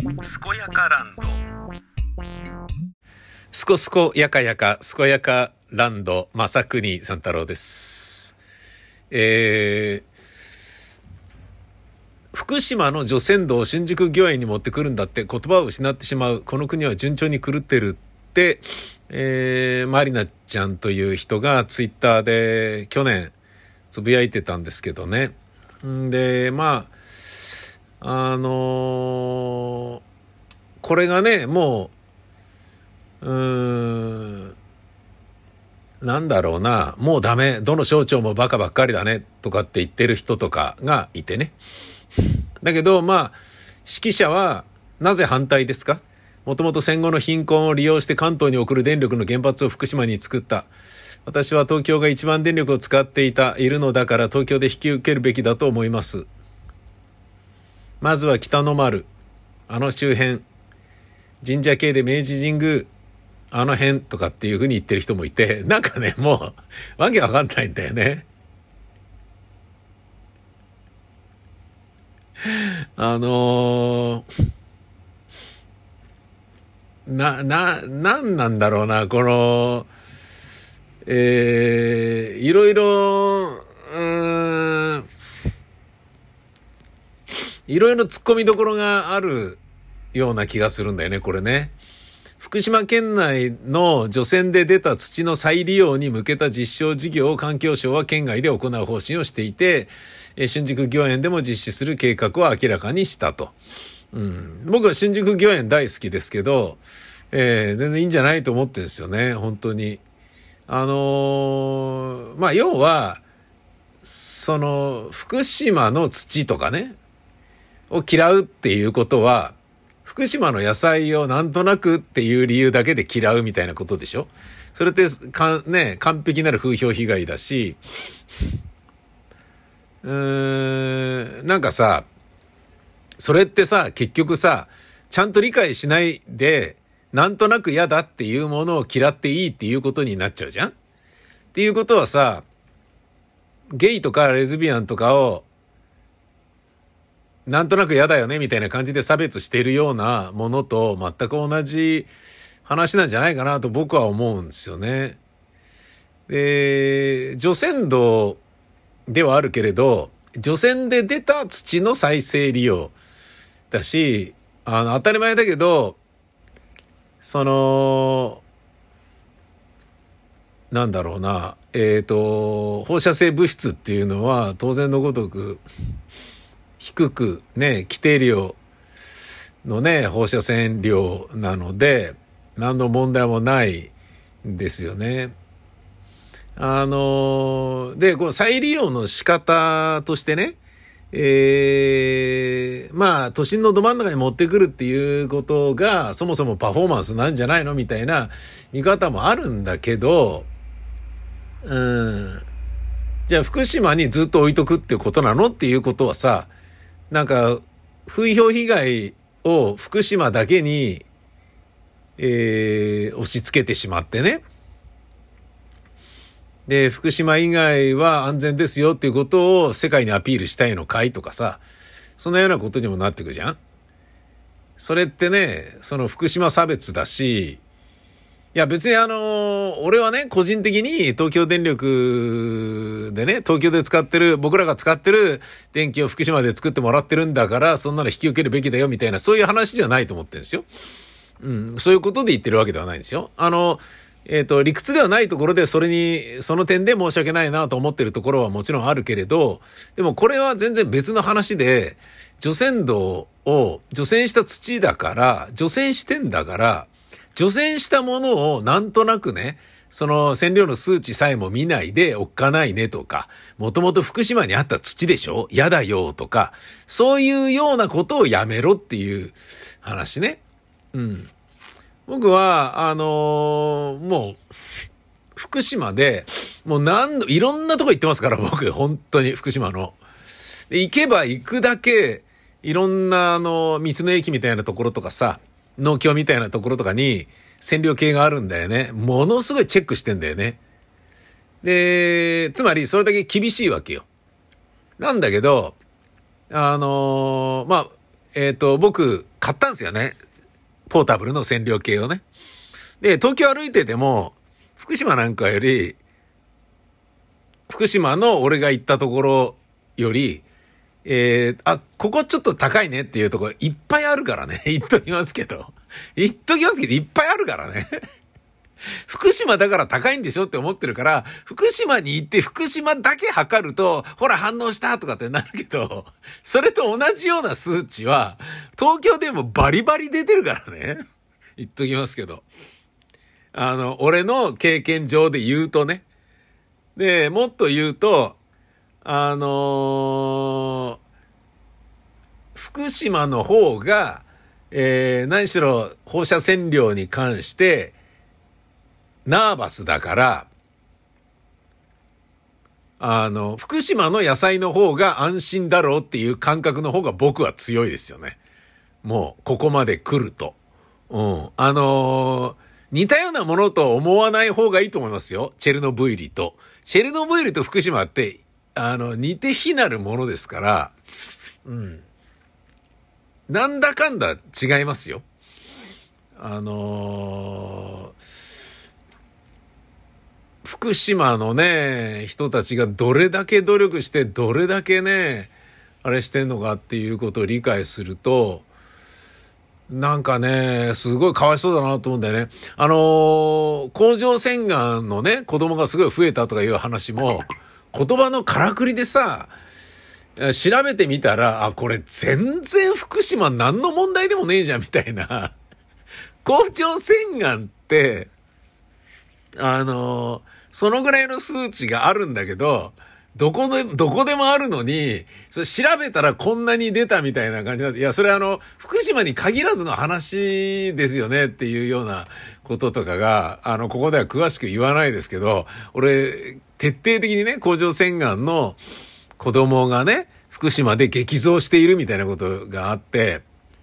すこやかランド。すこすこやかやかすこやかランド正国三太郎です。福島の除染土を新宿御苑に持ってくるんだって言葉を失ってしまう。この国は順調に狂ってるって、マリナちゃんという人がツイッターで去年つぶやいてたんですけどね。で、これがね、もう、なんだろうな、もうダメ、どの省庁もバカばっかりだね、とかって言ってる人とかがいてね。だけど、指揮者はなぜ反対ですか？もともと戦後の貧困を利用して関東に送る電力の原発を福島に作った。私は東京が一番電力を使っているのだから東京で引き受けるべきだと思います。まずは北の丸、あの周辺、神社系で明治神宮、あの辺とかっていう風に言ってる人もいて、なんかね、もう、わけわかんないんだよね。なんなんだろうな、この、いろいろ、いろいろ突っ込みどころがあるような気がするんだよね、これね。福島県内の除染で出た土の再利用に向けた実証事業を環境省は県外で行う方針をしていて、新宿御苑でも実施する計画を明らかにしたと。僕は新宿御苑大好きですけど、全然いいんじゃないと思ってるんですよね、本当に。要は、福島の土とかね、を嫌うっていうことは、福島の野菜をなんとなくっていう理由だけで嫌うみたいなことでしょ？それって完璧なる風評被害だし、なんかさ、それってさ、結局さ、ちゃんと理解しないで、なんとなく嫌だっていうものを嫌っていいっていうことになっちゃうじゃん？っていうことはさ、ゲイとかレズビアンとかを、なんとなく嫌だよねみたいな感じで差別しているようなものと全く同じ話なんじゃないかなと僕は思うんですよね。で、除染土ではあるけれど、除染で出た土の再生利用だし、当たり前だけど、なんだろうな、放射性物質っていうのは当然のごとく低くね、規定量のね、放射線量なので、何の問題もないんですよね。で、こう再利用の仕方としてね、都心のど真ん中に持ってくるっていうことがそもそもパフォーマンスなんじゃないのみたいな見方もあるんだけど、じゃあ福島にずっと置いとくってことなのっていうことはさ、なんか風評被害を福島だけに、押し付けてしまってね。で、福島以外は安全ですよっていうことを世界にアピールしたいのかいとかさ、そんなようなことにもなってくじゃん。それってね、その福島差別だし、いや別に俺はね、個人的に東京電力でね、東京で使ってる、僕らが使ってる電気を福島で作ってもらってるんだから、そんなの引き受けるべきだよみたいな、そういう話じゃないと思ってるんですよ。そういうことで言ってるわけではないんですよ。理屈ではないところでその点で申し訳ないなと思ってるところはもちろんあるけれど、でもこれは全然別の話で、除染土を除染した土だから、除染してんだから、除染したものをなんとなくね、その染料の数値さえも見ないでおっかないねとか、もともと福島にあった土でしょ？やだよとか、そういうようなことをやめろっていう話ね。僕は、もう、福島で、もういろんなとこ行ってますから、僕、本当に福島の。で行けば行くだけ、いろんな道の駅みたいなところとかさ、農協みたいなところとかに染料系があるんだよね。ものすごいチェックしてんだよね。で、つまりそれだけ厳しいわけよ。なんだけど、僕、 買ったんですよね。ポータブルの線量計をね。で、東京歩いてても、福島なんかより、福島の俺が行ったところより、ここちょっと高いねっていうところいっぱいあるからね。言っときますけど。いっぱいあるからね。福島だから高いんでしょって思ってるから、福島に行って福島だけ測ると、ほら反応したとかってなるけど、それと同じような数値は、東京でもバリバリ出てるからね。言っときますけど。俺の経験上で言うとね。で、もっと言うと、福島の方が、何しろ放射線量に関してナーバスだから、福島の野菜の方が安心だろうっていう感覚の方が僕は強いですよね。もう、ここまで来ると。似たようなものと思わない方がいいと思いますよ。チェルノブイリと。チェルノブイリと福島って、似て非なるものですから、なんだかんだ違いますよ。福島のね、人たちがどれだけ努力して、どれだけね、あれしてんのかっていうことを理解すると、なんかね、すごいかわいそうだなと思うんだよね。甲状腺がんのね、子供がすごい増えたとかいう話も、言葉のからくりでさ、調べてみたら、これ全然福島何の問題でもねえじゃんみたいな。甲状腺がんって、そのぐらいの数値があるんだけど、どこでもあるのに、それ調べたらこんなに出たみたいな感じなんで、いや、それ福島に限らずの話ですよねっていうようなこととかが、ここでは詳しく言わないですけど、俺、徹底的にね、甲状腺がんの子供がね、福島で激増しているみたいなことがあって、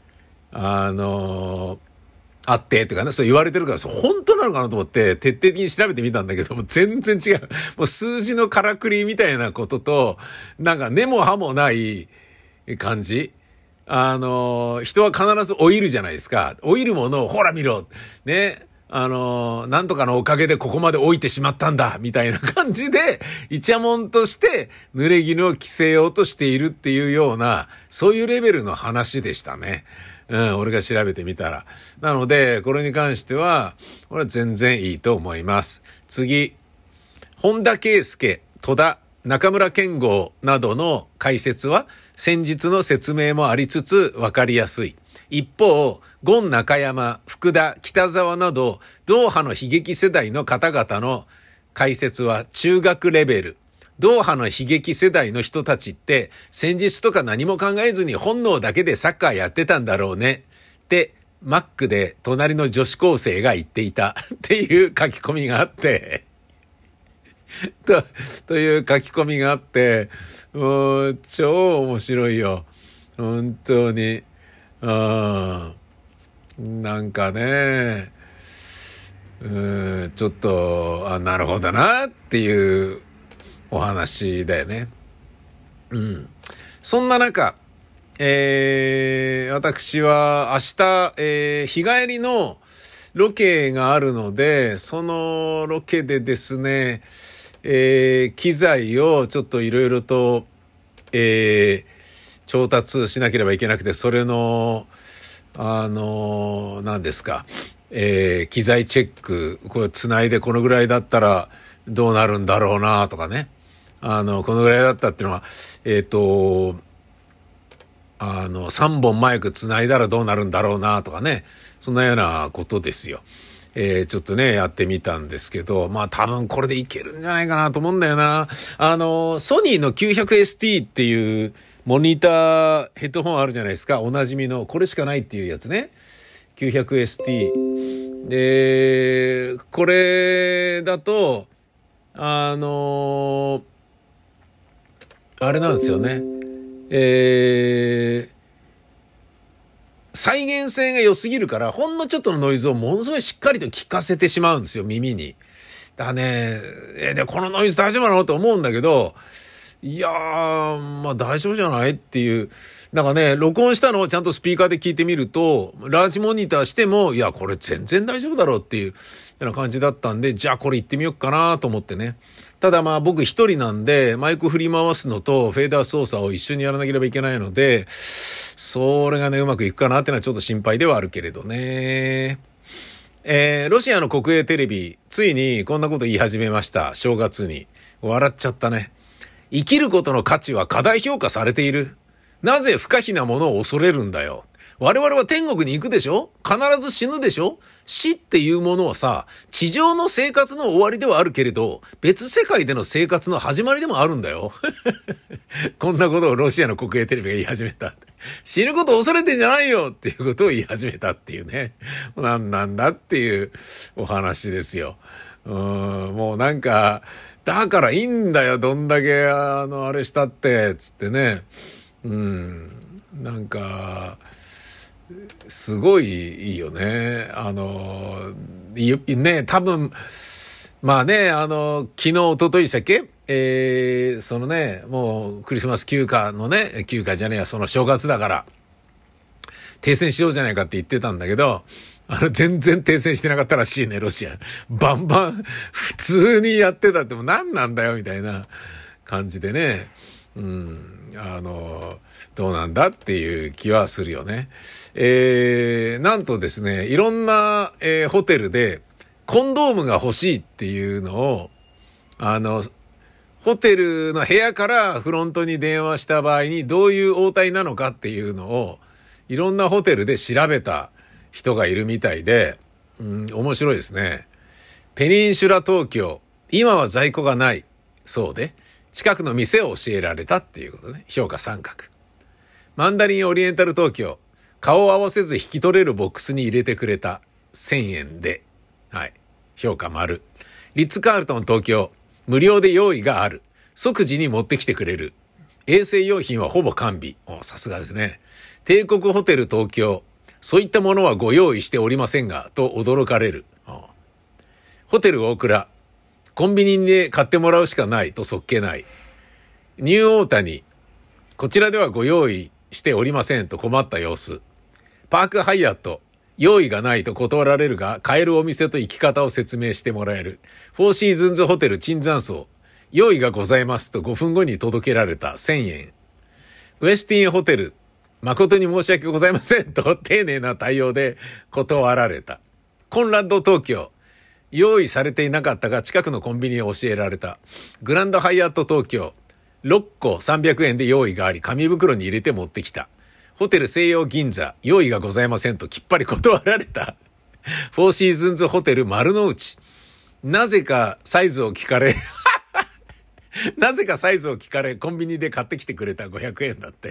あってとかね、そう言われてるから、本当なのかなと思って、徹底的に調べてみたんだけど、もう全然違う。もう数字のからくりみたいなことと、なんか根も葉もない感じ。人は必ず老いるじゃないですか。老いるものを、ほら見ろ。ね。なんとかのおかげでここまで老いてしまったんだ、みたいな感じで、イチャモンとして、濡れ衣を着せようとしているっていうような、そういうレベルの話でしたね。俺が調べてみたら。なので、これに関しては、俺は全然いいと思います。次、本田圭佑、戸田、中村健吾などの解説は、先日の説明もありつつ分かりやすい。一方、ゴン中山、福田、北沢など、同派の悲劇世代の方々の解説は中学レベル。同派の悲劇世代の人たちって戦術とか何も考えずに本能だけでサッカーやってたんだろうねってマックで隣の女子高生が言っていたっていう書き込みがあってという書き込みがあってもう超面白いよ本当になんかねちょっとなるほどなっていうお話だよね。そんな中、私は明日、日帰りのロケがあるので、そのロケでですね、機材をちょっといろいろと、調達しなければいけなくて、それの、何ですか、機材チェック、これ繋いでこのぐらいだったらどうなるんだろうなとかね。このぐらいだったっていうのは、3本マイク繋いだらどうなるんだろうなとかね。そんなようなことですよ。ちょっとね、やってみたんですけど、まあ多分これでいけるんじゃないかなと思うんだよな。ソニーの 900ST っていうモニターヘッドホンあるじゃないですか。おなじみの、これしかないっていうやつね。900ST。で、これだと、あれなんですよね。再現性が良すぎるから、ほんのちょっとのノイズをものすごいしっかりと聞かせてしまうんですよ、耳に。だからね、で、このノイズ大丈夫なのと思うんだけど、 いやー、まあ大丈夫じゃないっていう。なんかね、録音したのをちゃんとスピーカーで聞いてみると、ラージモニターしても、いや、これ全然大丈夫だろうっていうような感じだったんで、じゃあこれ行ってみようかなと思ってね。ただまあ僕一人なんで、マイク振り回すのとフェーダー操作を一緒にやらなければいけないので、それがね、うまくいくかなってのはちょっと心配ではあるけれどね。ロシアの国営テレビ、ついにこんなこと言い始めました。正月に。笑っちゃったね。生きることの価値は過大評価されている。なぜ不可避なものを恐れるんだよ。我々は天国に行くでしょ？必ず死ぬでしょ？死っていうものはさ、地上の生活の終わりではあるけれど、別世界での生活の始まりでもあるんだよ。こんなことをロシアの国営テレビが言い始めた。死ぬことを恐れてんじゃないよっていうことを言い始めたっていうね。なんだっていうお話ですよ。もうなんか、だからいいんだよ、どんだけあれしたって、つってね。なんか、すごいいいよね。多分、まあね、昨日、一昨日したっけそのね、もうクリスマス休暇のね、休暇じゃねえや、その正月だから、停戦しようじゃないかって言ってたんだけど、全然停戦してなかったらしいね、ロシア。バンバン、普通にやってたっても何なんだよ、みたいな感じでね。どうなんだっていう気はするよね。なんとですね、いろんな、ホテルでコンドームが欲しいっていうのを、ホテルの部屋からフロントに電話した場合にどういう応対なのかっていうのを、いろんなホテルで調べた人がいるみたいで、面白いですね。ペニンシュラ東京、今は在庫がないそうで、近くの店を教えられたっていうことね。評価3角。マンダリンオリエンタル東京、顔を合わせず引き取れるボックスに入れてくれた1000円で。はい。評価丸。リッツカールトン東京、無料で用意がある。即時に持ってきてくれる。衛生用品はほぼ完備。さすがですね。帝国ホテル東京、そういったものはご用意しておりませんが、と驚かれる。ホテル大倉、コンビニで買ってもらうしかないとそっけない。ニューオータニ、こちらではご用意しておりませんと困った様子。パークハイアット、用意がないと断られるが、買えるお店と行き方を説明してもらえる。フォーシーズンズホテル椿山荘、用意がございますと5分後に届けられた1000円。ウェスティンホテル、誠に申し訳ございませんと丁寧な対応で断られた。コンラッド東京、用意されていなかったが近くのコンビニを教えられた。グランドハイアット東京、6個300円で用意があり、紙袋に入れて持ってきた。ホテル西洋銀座、用意がございませんときっぱり断られた。フォーシーズンズホテル丸の内、なぜかサイズを聞かれ、なぜかサイズを聞かれ、コンビニで買ってきてくれた500円だって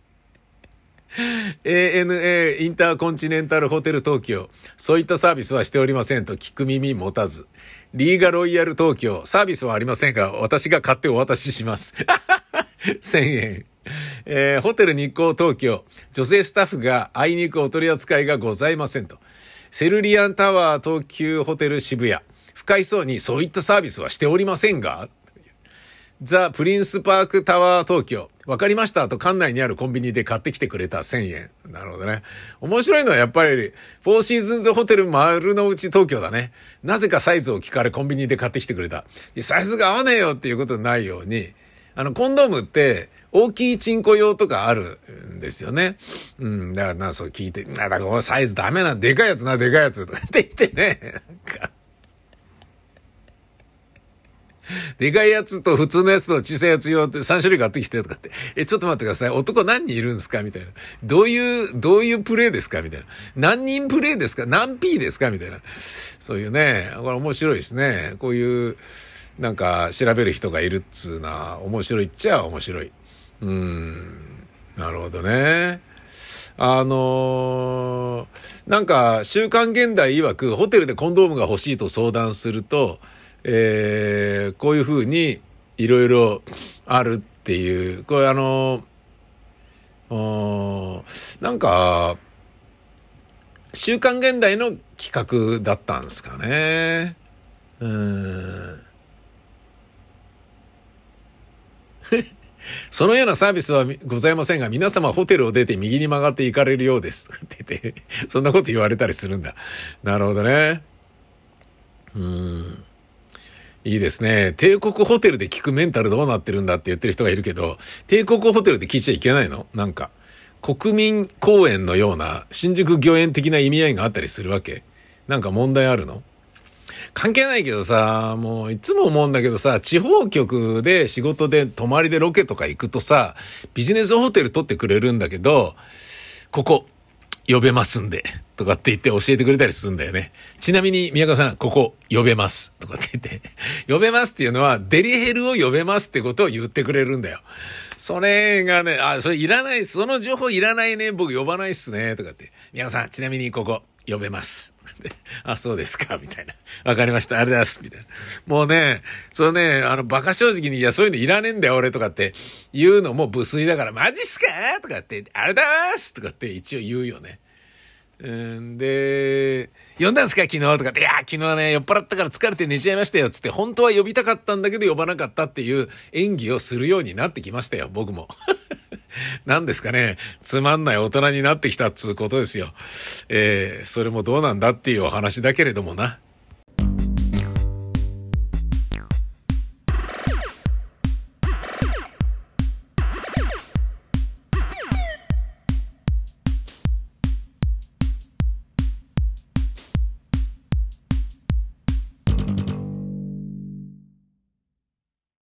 。ANA インターコンチネンタルホテル東京、そういったサービスはしておりませんと聞く耳持たず。リーガロイヤル東京、サービスはありませんが私が買ってお渡しします。1000円。ホテル日光東京、女性スタッフがあいにくお取り扱いがございませんと。セルリアンタワー東急ホテル渋谷、不快そうにそういったサービスはしておりませんが、ザ・プリンスパークタワー東京、わかりましたと館内にあるコンビニで買ってきてくれた1000円。なるほどね。面白いのはやっぱり、フォーシーズンズホテル丸の内東京だね。なぜかサイズを聞かれコンビニで買ってきてくれた。サイズが合わねえよっていうことないように、コンドームって大きいチンコ用とかあるんですよね。だからそう聞いて、だからこのサイズダメな、でかいやつな、でかいやつとかって言ってね。なんかでかいやつと普通のやつと小さいやつ用って3種類買ってきてとかって。ちょっと待ってください。男何人いるんですかみたいな。どういうプレイですかみたいな。何人プレイですか何 P ですかみたいな。そういうね、これ面白いですね。こういう、なんか調べる人がいるっつうな、面白いっちゃ面白い。なるほどね。なんか、週刊現代曰く、ホテルでコンドームが欲しいと相談すると、こういうふうにいろいろあるっていう、これなんか、週刊現代の企画だったんですかね。 そのようなサービスはございませんが、皆様ホテルを出て右に曲がって行かれるようです。って言って、そんなこと言われたりするんだ。なるほどね。いいですね。帝国ホテルで聞くメンタルどうなってるんだって言ってる人がいるけど、帝国ホテルで聞いちゃいけないの？なんか、国民公園のような新宿御苑的な意味合いがあったりするわけ？なんか問題あるの？関係ないけどさ、もういつも思うんだけどさ、地方局で仕事で泊まりでロケとか行くとさ、ビジネスホテル取ってくれるんだけど、ここ、呼べますんで、とかって言って教えてくれたりするんだよね。ちなみに宮川さん、ここ、呼べます、とかって言って、呼べますっていうのは、デリヘルを呼べますってことを言ってくれるんだよ。それがね、それいらない、その情報いらないね、僕呼ばないっすね、とかって。宮川さん、ちなみにここ、呼べます。そうですか、みたいな。わかりました、ありがとうございます、みたいな。もうね、馬鹿正直に、いや、そういうのいらねえんだよ、俺とかって言うのも無粋だから、マジっすかとかって、ありがとうございますとかって一応言うよね。で、呼んだんすか昨日とかって、いや、昨日ね、酔っ払ったから疲れて寝ちゃいましたよ、つって、本当は呼びたかったんだけど呼ばなかったっていう演技をするようになってきましたよ、僕も。何ですかね、つまんない大人になってきたっつうことですよ。それもどうなんだっていうお話だけれどもな。